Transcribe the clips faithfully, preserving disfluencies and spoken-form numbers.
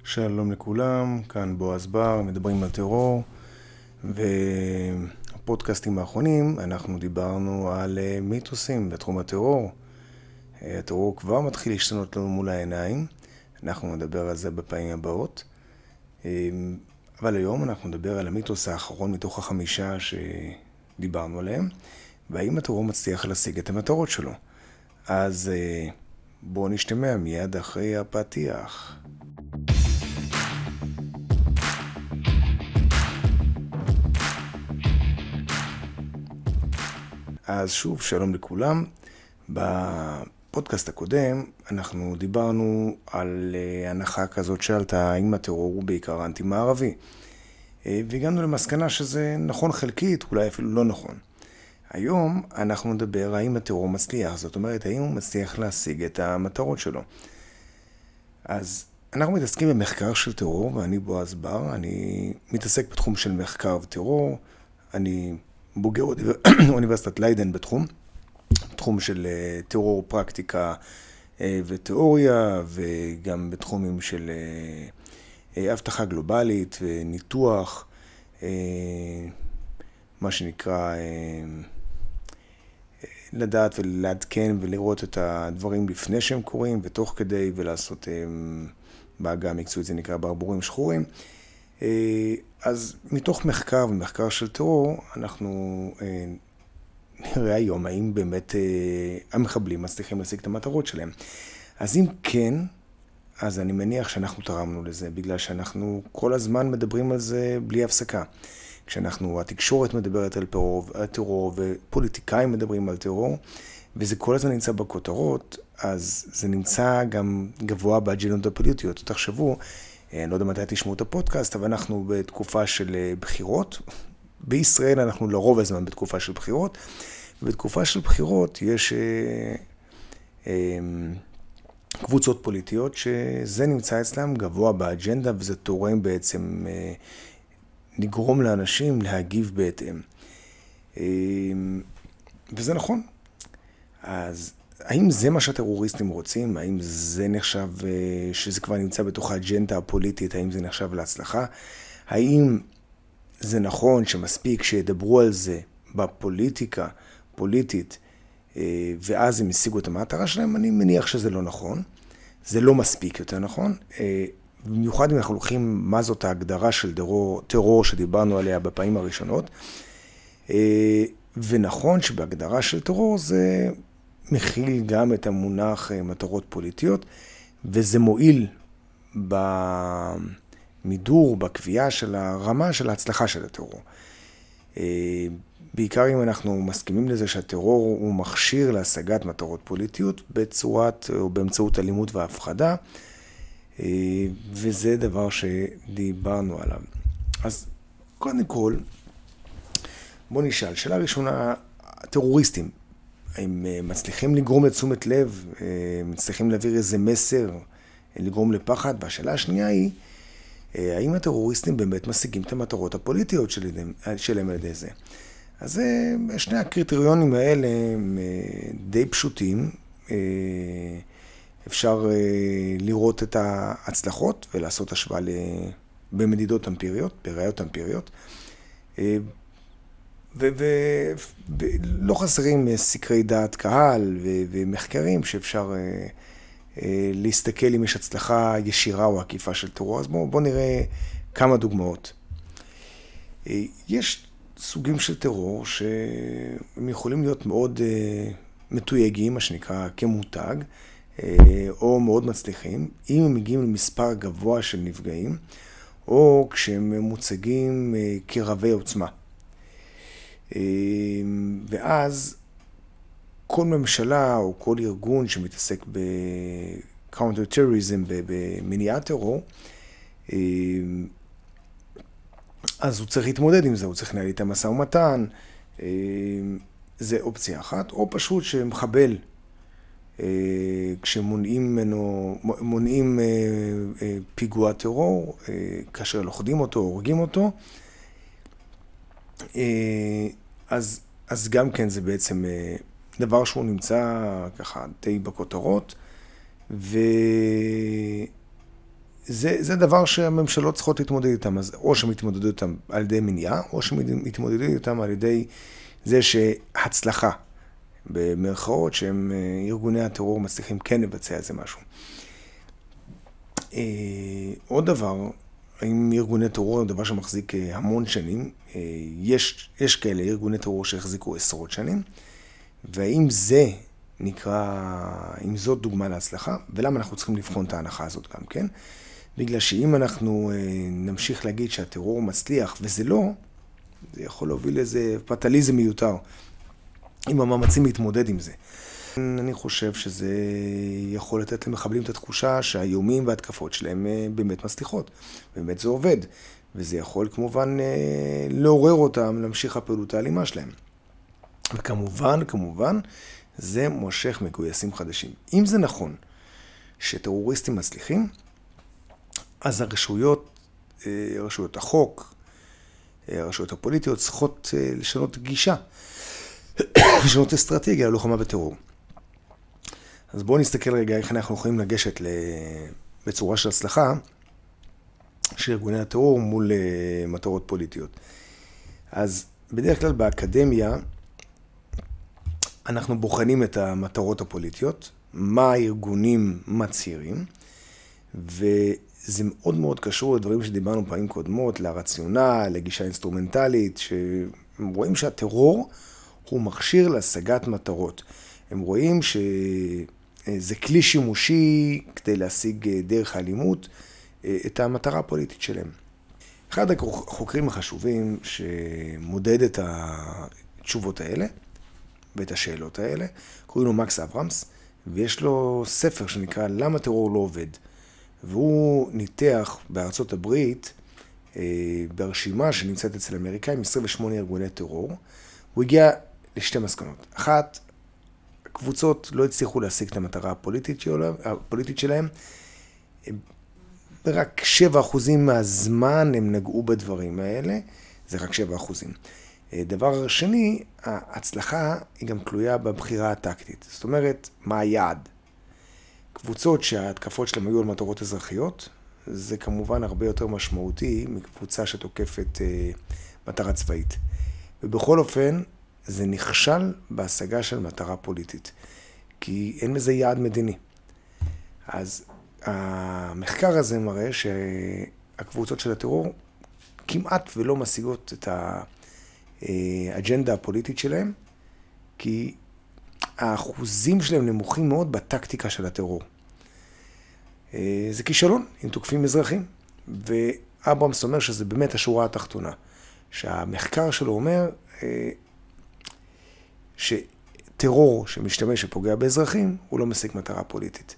שלום לכולם, כאן בועז בר, מדברים על טרור, והפודקאסטים האחרונים אנחנו דיברנו על מיתוסים בתחום הטרור. הטרור כבר מתחיל להשתנות לנו מול העיניים, אנחנו נדבר על זה בפעמים הבאות. אבל היום אנחנו נדבר על המיתוס האחרון מתוך החמישה שדיברנו עליהם, והאם הטרור מצליח להשיג את המטרות שלו. אז בואו נשתמע מיד אחרי הפתיח. אז שוב, שלום לכולם. בפודקאסט הקודם אנחנו דיברנו על הנחה כזאת שעלתה האם הטרור הוא בעיקר אנטי-מערבי. והגענו למסקנה שזה נכון חלקית, אולי אפילו לא נכון. היום אנחנו נדבר האם הטרור מצליח, זאת אומרת האם הוא מצליח להשיג את המטרות שלו. אז אנחנו מתעסקים במחקר של טרור, ואני בועז בר, אני מתעסק בתחום של מחקר וטרור, אני בוגר אוניברסיטת ליידן בתחום, תחום של טרור, פרקטיקה ותיאוריה, וגם בתחומים של הבטחה גלובלית וניתוח, מה שנקרא לדעת ולעדכן ולראות את הדברים לפני שהם קורים, ותוך כדי ולעשות בעגה המקצועית זה נקרא ברבורים שחורים. אז מתוך מחקר ומחקר של טרור, אנחנו נראה היום האם באמת המחבלים מצליחים להשיג את המטרות שלהם. אז אם כן, אז אני מניח שאנחנו תרמנו לזה, בגלל שאנחנו כל הזמן מדברים על זה בלי הפסקה. כשאנחנו, התקשורת מדברת על טרור, ופוליטיקאים מדברים על טרור, וזה כל הזמן נמצא בכותרות, אז זה נמצא גם גבוה באג'נדות הפוליטיות. תחשבו, אני לא יודע מתי תשמעו את הפודקאסט, אבל אנחנו בתקופה של בחירות. בישראל אנחנו לרוב הזמן בתקופה של בחירות, ובתקופה של בחירות יש אה, אה, קבוצות פוליטיות שזה נמצא אצלם גבוה באג'נדה, וזה תורם בעצם אה, לגרום לאנשים להגיב בהתאם. אה, וזה נכון. אז האם זה מה שהטרוריסטים רוצים? האם זה נחשב שזה כבר נמצא בתוך האג'נדה הפוליטית? האם זה נחשב להצלחה? האם זה נכון שמספיק שידברו על זה בפוליטיקה, פוליטית, ואז הם השיגו את המטרה שלהם? אני מניח שזה לא נכון. זה לא מספיק יותר נכון. במיוחד אם אנחנו לוקחים מה זאת ההגדרה של טרור, טרור שדיברנו עליה בפעמים הראשונות. ונכון שבהגדרה של טרור זה מכיל גם את המונח מטרות פוליטיות, וזה מועיל במידור, בקביעה של הרמה של ההצלחה של הטרור. בעיקר אם אנחנו מסכימים לזה שהטרור הוא מכשיר להשגת מטרות פוליטיות בצורת או באמצעות אלימות והפחדה, וזה דבר שדיברנו עליו. אז קודם כל, בוא נשאל, שאלה ראשונה, הטרוריסטים, הם מצליחים לגרום לתשומת לב, מצליחים להעביר איזה מסר, לגרום לפחד, והשאלה השנייה היא, האם הטרוריסטים באמת משיגים את המטרות הפוליטיות שלהם על ידי זה? אז שני הקריטריונים האלה הם די פשוטים, אפשר לראות את ההצלחות ולעשות השוואה במדידות אמפיריות, בראיות אמפיריות, ולא חסרים סקרי דעת קהל ומחקרים שאפשר להסתכל אם יש הצלחה ישירה או עקיפה של טרור. אז בואו נראה כמה דוגמאות. יש סוגים של טרור שהם יכולים להיות מאוד מתויגים, מה שנקרא כמותג, או מאוד מצליחים, אם הם מגיעים למספר גבוה של נפגעים, או כשהם מוצגים כרבי עוצמה. ואז כל ממשלה או כל ארגון שמתעסק ב-counter-terrorism, במניעת טרור, אז הוא צריך להתמודד עם זה, הוא צריך לנהל איתם משא ומתן, זה אופציה אחת, או פשוט שמחבל, כשמונעים ממנו, מונעים פיגוע טרור, כאשר לוכדים אותו, הורגים אותו, אז, אז גם כן זה בעצם דבר שהוא נמצא ככה די בכותרות, וזה זה, זה דבר שהממשלות צריכות להתמודד איתם, אז או שמתמודדות איתם על ידי מניעה, או שמתמודדות איתם על ידי זה שהצלחה, במרכאות, שהם ארגוני הטרור מצליחים כן לבצע איזה משהו. עוד דבר, עם ארגוני טרור, דבר שמחזיק המון שנים, יש, יש כאלה ארגוני טרור שהחזיקו עשרות שנים, והאם זה נקרא, אם זאת דוגמה להצלחה, ולמה אנחנו צריכים לבחון את ההנחה הזאת גם, כן? בגלל שאם אנחנו נמשיך להגיד שהטרור מצליח, וזה לא, זה יכול להוביל לאיזה פטליזם מיותר, עם המאמצים להתמודד עם זה. אני חושב שזה יכול לתת למחבלים את התחושה שהאיומים וההתקפות שלהם באמת מצליחות, באמת זה עובד, וזה יכול כמובן לעורר אותם להמשיך הפעילות האלימה שלהם. וכמובן, כמובן, זה מושך מגויסים חדשים. אם זה נכון שטרוריסטים מצליחים, אז הרשויות, רשויות החוק, הרשויות הפוליטיות צריכות לשנות גישה, לשנות אסטרטגיה ללוחמה בטרור. אז בואו נסתכל רגע איך אנחנו יכולים לגשת בצורה של הצלחה של ארגוני הטרור מול מטרות פוליטיות. אז בדרך כלל באקדמיה אנחנו בוחנים את המטרות הפוליטיות, מה הארגונים מצהירים, וזה מאוד מאוד קשור לדברים שדיברנו פעמים קודמות, לרציונל, לגישה אינסטרומנטלית, שהם רואים שהטרור הוא מכשיר להשגת מטרות. הם רואים שזה כלי שימושי כדי להשיג דרך האלימות את המטרה הפוליטית שלהם. אחד החוקרים החשובים שמודד את התשובות האלה ואת השאלות האלה, קוראים לו מקס אברהמס, ויש לו ספר שנקרא למה טרור לא עובד. והוא ניתח בארצות הברית, ברשימה שנמצאת אצל אמריקאים, עשרים ושמונה ארגוני טרור, הוא הגיע לשתי מסקנות. אחת, הקבוצות לא הצליחו להשיג את המטרה הפוליטית שלהם, הפוליטית שלהם. רק שבעה אחוזים מהזמן הם נגעו בדברים האלה, זה רק שבעה אחוזים. דבר שני, ההצלחה היא גם תלויה בבחירה הטקטית. זאת אומרת, מה היעד? קבוצות שההתקפות שלהם היו על מטרות אזרחיות, זה כמובן הרבה יותר משמעותי מקבוצה שתוקפת מטרה צבאית. ובכל אופן, זה נכשל בהשגה של מטרה פוליטית, כי אין מזה יעד מדיני. אז המחקר הזה מראה שהקבוצות של הטרור כמעט ולא משיגות את האג'נדה הפוליטית שלהם, כי האחוזים שלהם נמוכים מאוד בטקטיקה של הטרור. זה כישלון אם תוקפים אזרחים, ואברהמס אומר שזה באמת השורה התחתונה, שהמחקר שלו אומר שטרור שמשתמש ופוגע באזרחים הוא לא משיג מטרה פוליטית.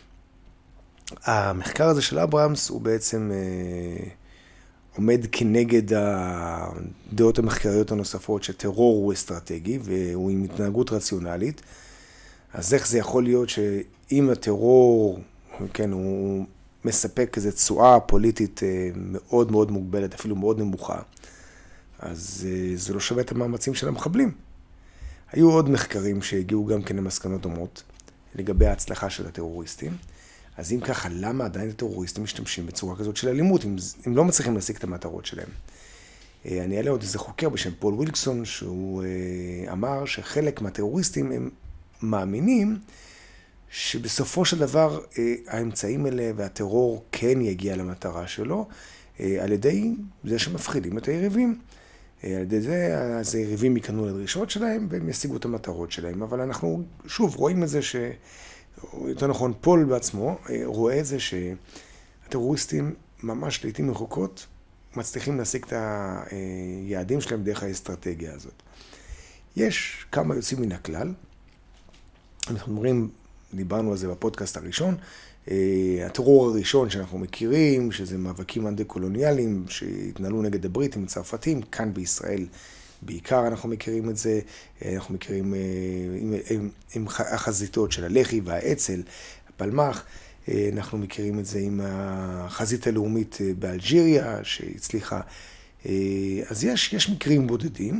המחקר הזה של אברהמס הוא בעצם עומד כנגד הדעות המחקריות הנוספות שטרור הוא אסטרטגי והוא עם התנהגות רציונלית. אז איך זה יכול להיות שאם הטרור, כן, הוא מספק איזו תשואה פוליטית מאוד מאוד מוגבלת, אפילו מאוד נמוכה, אז זה לא שווה את המאמצים של המחבלים. היו עוד מחקרים שהגיעו גם כן למסקנות דומות לגבי ההצלחה של הטרוריסטים. אז אם ככה, למה עדיין הטרוריסטים משתמשים בצורה כזאת של אלימות, אם, אם לא מצליחים להשיג את המטרות שלהם? אני אעלה עוד איזה חוקר בשם פול וילקסון, שהוא אמר שחלק מהטרוריסטים הם מאמינים שבסופו של דבר האמצעים האלה והטרור כן יגיע למטרה שלו, על ידי זה שמפחידים את היריבים. על ידי זה, אז היריבים ייכנו לדרישות שלהם והם ישיגו את המטרות שלהם. אבל אנחנו שוב רואים את זה ש... יותר נכון, פול בעצמו רואה את זה שהטרוריסטים ממש לעתים רחוקות מצליחים להשיג את היעדים שלהם דרך האסטרטגיה הזאת. יש כמה יוצאים מן הכלל. אנחנו אומרים, דיברנו על זה בפודקאסט הראשון, הטרור הראשון שאנחנו מכירים, שזה מאבקים אנטי-קולוניאליים שהתנהלו נגד הבריטים הצרפתים, כאן בישראל בעיקר אנחנו מכירים את זה, אנחנו מכירים עם, עם, עם החזיתות של הלח"י והאצ"ל, הפלמ"ח, אנחנו מכירים את זה עם החזית הלאומית באלג'יריה שהצליחה. אז יש, יש מקרים בודדים,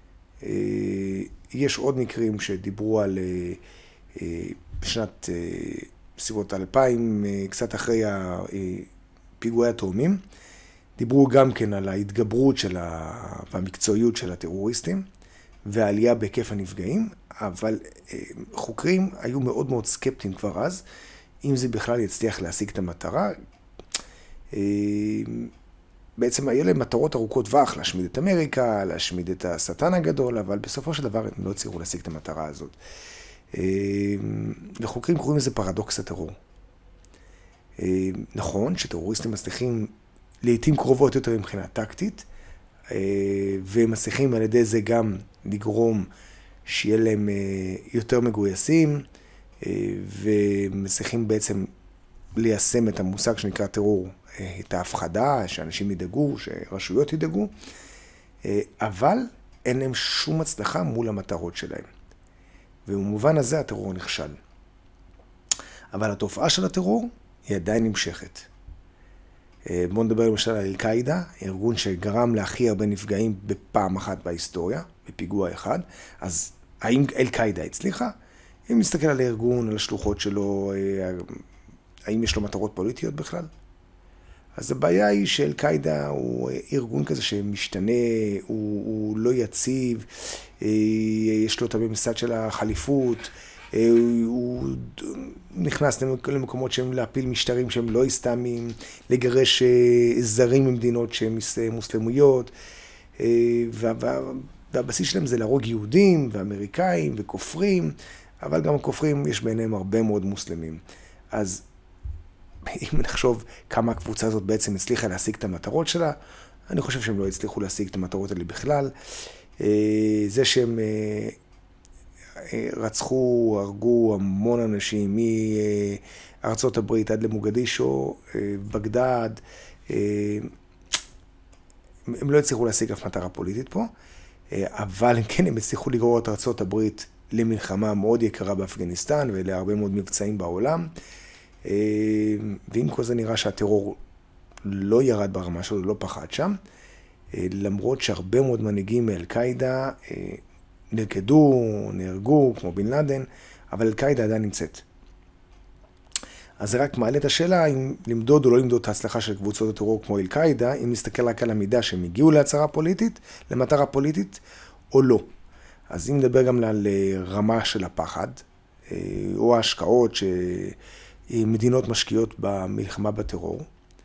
יש עוד מקרים שדיברו על בשנת בסביבות אלפיים, קצת אחרי פיגועי התאומים. דיברו גם כן על ההתגברות של ה... והמקצועיות של הטרוריסטים, והעלייה בהיקף הנפגעים, אבל חוקרים היו מאוד מאוד סקפטיים כבר אז, אם זה בכלל יצליח להשיג את המטרה. בעצם היו להם מטרות ארוכות טווח, להשמיד את אמריקה, להשמיד את השטן הגדול, אבל בסופו של דבר הם לא הצליחו להשיג את המטרה הזאת. וחוקרים קוראים לזה פרדוקס הטרור. נכון שטרוריסטים מצליחים לעתים קרובות יותר מבחינה טקטית, והם מצליחים על ידי זה גם לגרום שיהיה להם יותר מגויסים, ומצליחים בעצם ליישם את המושג שנקרא טרור, את ההפחדה, שאנשים ידאגו, שרשויות ידאגו, אבל אין להם שום הצלחה מול המטרות שלהם. ובמובן הזה הטרור נכשל. אבל התופעה של הטרור היא עדיין נמשכת. בואו נדבר למשל על אל-קאעידה, ארגון שגרם להכי הרבה נפגעים בפעם אחת בהיסטוריה, בפיגוע אחד. אז האם אל-קאעידה הצליחה? אם נסתכל על הארגון, על השלוחות שלו, האם יש לו מטרות פוליטיות בכלל? אז הבעיה היא שאל-קאעידה הוא ארגון כזה שמשתנה, הוא, הוא לא יציב, יש לו את הממסד של החליפות, הוא נכנס למקומות שהם להפיל משטרים שהם לא אסלאמיים, לגרש זרים ממדינות שהן מוסלמיות, והבסיס שלהם זה להרוג יהודים ואמריקאים וכופרים, אבל גם הכופרים יש ביניהם הרבה מאוד מוסלמים. אז אם נחשוב כמה הקבוצה הזאת בעצם הצליחה להשיג את המטרות שלה, אני חושב שהם לא הצליחו להשיג את המטרות האלה בכלל. זה שהם רצחו, הרגו המון אנשים מארצות הברית עד למוגדישו, בגדד, הם לא הצליחו להשיג אף מטרה פוליטית פה, אבל כן הם הצליחו לגרור את ארצות הברית למלחמה מאוד יקרה באפגניסטן ולהרבה מאוד מבצעים בעולם. ועם כל זה נראה שהטרור לא ירד ברמה שלו, לא פחד שם, למרות שהרבה מאוד מנהיגים מאל-קאעידה נלכדו, נהרגו, כמו בן לאדן, אבל אל-קאעידה עדיין נמצאת. אז זה רק מעלה את השאלה אם למדוד או לא למדוד את ההצלחה של קבוצות הטרור כמו אל-קאעידה, אם נסתכל רק על המידה שהם הגיעו להצהרה פוליטית, למטרה פוליטית, או לא. אז אם נדבר גם על רמה של הפחד, או ההשקעות שמדינות משקיעות במלחמה בטרור,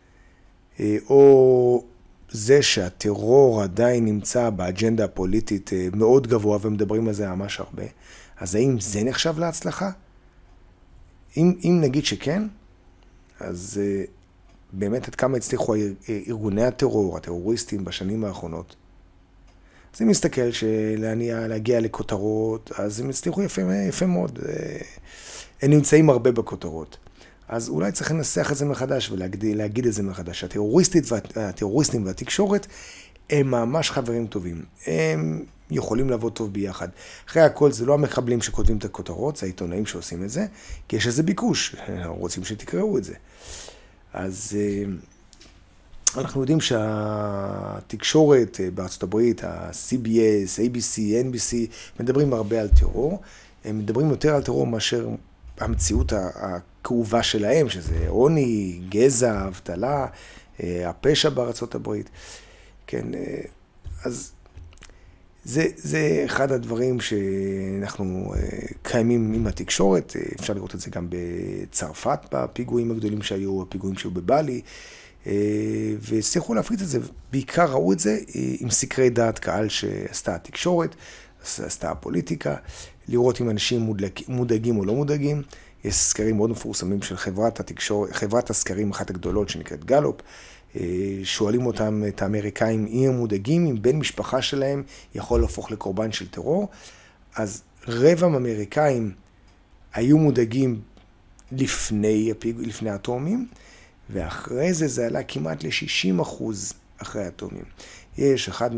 או זה שהטרור עדיין נמצא באג'נדה הפוליטית מאוד גבוה, ומדברים על זה ממש הרבה, אז האם זה נחשב להצלחה? אם, אם נגיד שכן, אז באמת עד כמה הצליחו ארגוני הטרור, הטרוריסטים בשנים האחרונות. אז אם נסתכל שלהניע, להגיע לכותרות, אז הם הצליחו יפה, יפה מאוד. הם נמצאים הרבה בכותרות. אז אולי צריך לנסח את זה מחדש ולהגיד את זה מחדש. הטרוריסטים והתקשורת הם ממש חברים טובים. הם יכולים לעבוד טוב ביחד. אחרי הכל זה לא המחבלים שכותבים את הכותרות, זה העיתונאים שעושים את זה, כי יש איזה ביקוש, רוצים שתקראו את זה. אז אנחנו יודעים שהתקשורת בארצות הברית, ה-סי בי אס, איי בי סי, אן בי סי, מדברים הרבה על טרור. הם מדברים יותר על טרור מאשר המציאות הכאובה שלהם, שזה עוני, גזע, אבטלה, הפשע בארצות הברית. כן, אז זה, זה אחד הדברים שאנחנו קיימים עם התקשורת. אפשר לראות את זה גם בצרפת, בפיגועים הגדולים שהיו, הפיגועים שהיו בבלי, והצליחו להפריט את זה. בעיקר ראו את זה עם סקרי דעת קהל שעשתה התקשורת, עשתה הפוליטיקה, לראות אם אנשים מודאגים או לא מודאגים. יש סקרים מאוד מפורסמים של חברת התקשורת, חברת הסקרים אחת הגדולות שנקראת גלופ, שואלים אותם, את האמריקאים, אם הם מודאגים, אם בן משפחה שלהם יכול להפוך לקורבן של טרור. אז רבע מהאמריקאים היו מודאגים לפני, לפני האטומים, ואחרי זה זה עלה כמעט ל-שישים אחוז אחרי האטומים. יש אחד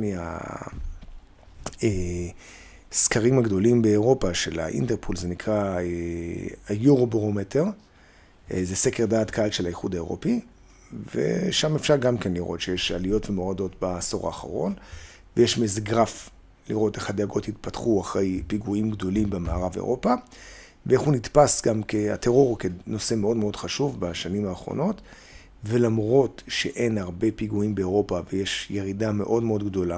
מהסקרים הגדולים באירופה של האינטרפול, זה נקרא היורוברומטר, זה סקר דעת קהל של האיחוד האירופי, ושם אפשר גם כן לראות שיש עליות ומורדות בעשור האחרון, ויש מזה גרף לראות איך הדאגות התפתחו אחרי פיגועים גדולים במערב אירופה, ואיך הוא נתפס גם כהטרור כנושא מאוד מאוד חשוב בשנים האחרונות, ולמרות שאין הרבה פיגועים באירופה ויש ירידה מאוד מאוד גדולה,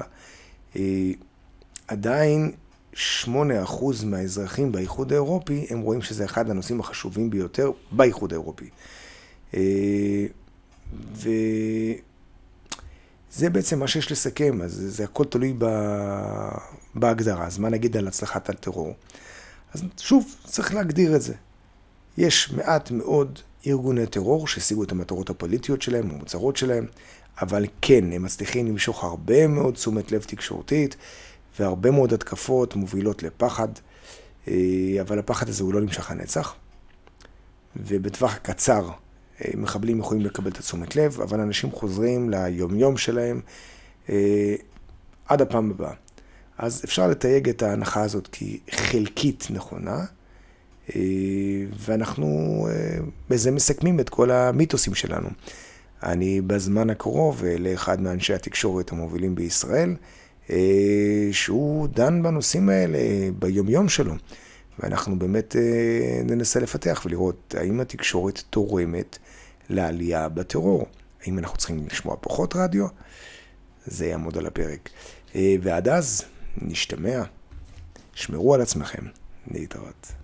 עדיין שמונה אחוז מהאזרחים באיחוד האירופי, הם רואים שזה אחד הנושאים החשובים ביותר באיחוד האירופי. וזה בעצם מה שיש לסכם, אז זה הכל תלוי בהגדרה. אז מה נגיד על הצלחת הטרור? אז שוב, צריך להגדיר את זה. יש מעט מאוד ארגוני טרור שהשיגו את המטרות הפוליטיות שלהם, המוצרות שלהם, אבל כן, הם מצליחים למשוך הרבה מאוד תשומת לב תקשורתית, והרבה מאוד התקפות מובילות לפחד, אבל הפחד הזה הוא לא נמשך הנצח, ובטווח הקצר מחבלים יכולים לקבל את התשומת לב, אבל אנשים חוזרים ליום-יום שלהם עד הפעם הבאה. אז אפשר לתייג את ההנחה הזאת כחלקית נכונה, ואנחנו בזה מסכמים את כל המיתוסים שלנו. אני בזמן הקרוב לאחד מאנשי התקשורת המובילים בישראל, שהוא דן בנושאים האלה ביום-יום שלו. ואנחנו באמת ננסה לפתח ולראות האם התקשורת תורמת לעלייה בטרור. האם אנחנו צריכים לשמוע פחות רדיו? זה יעמוד על הפרק. ועד אז נשתמע. שמרו על עצמכם. להתראות.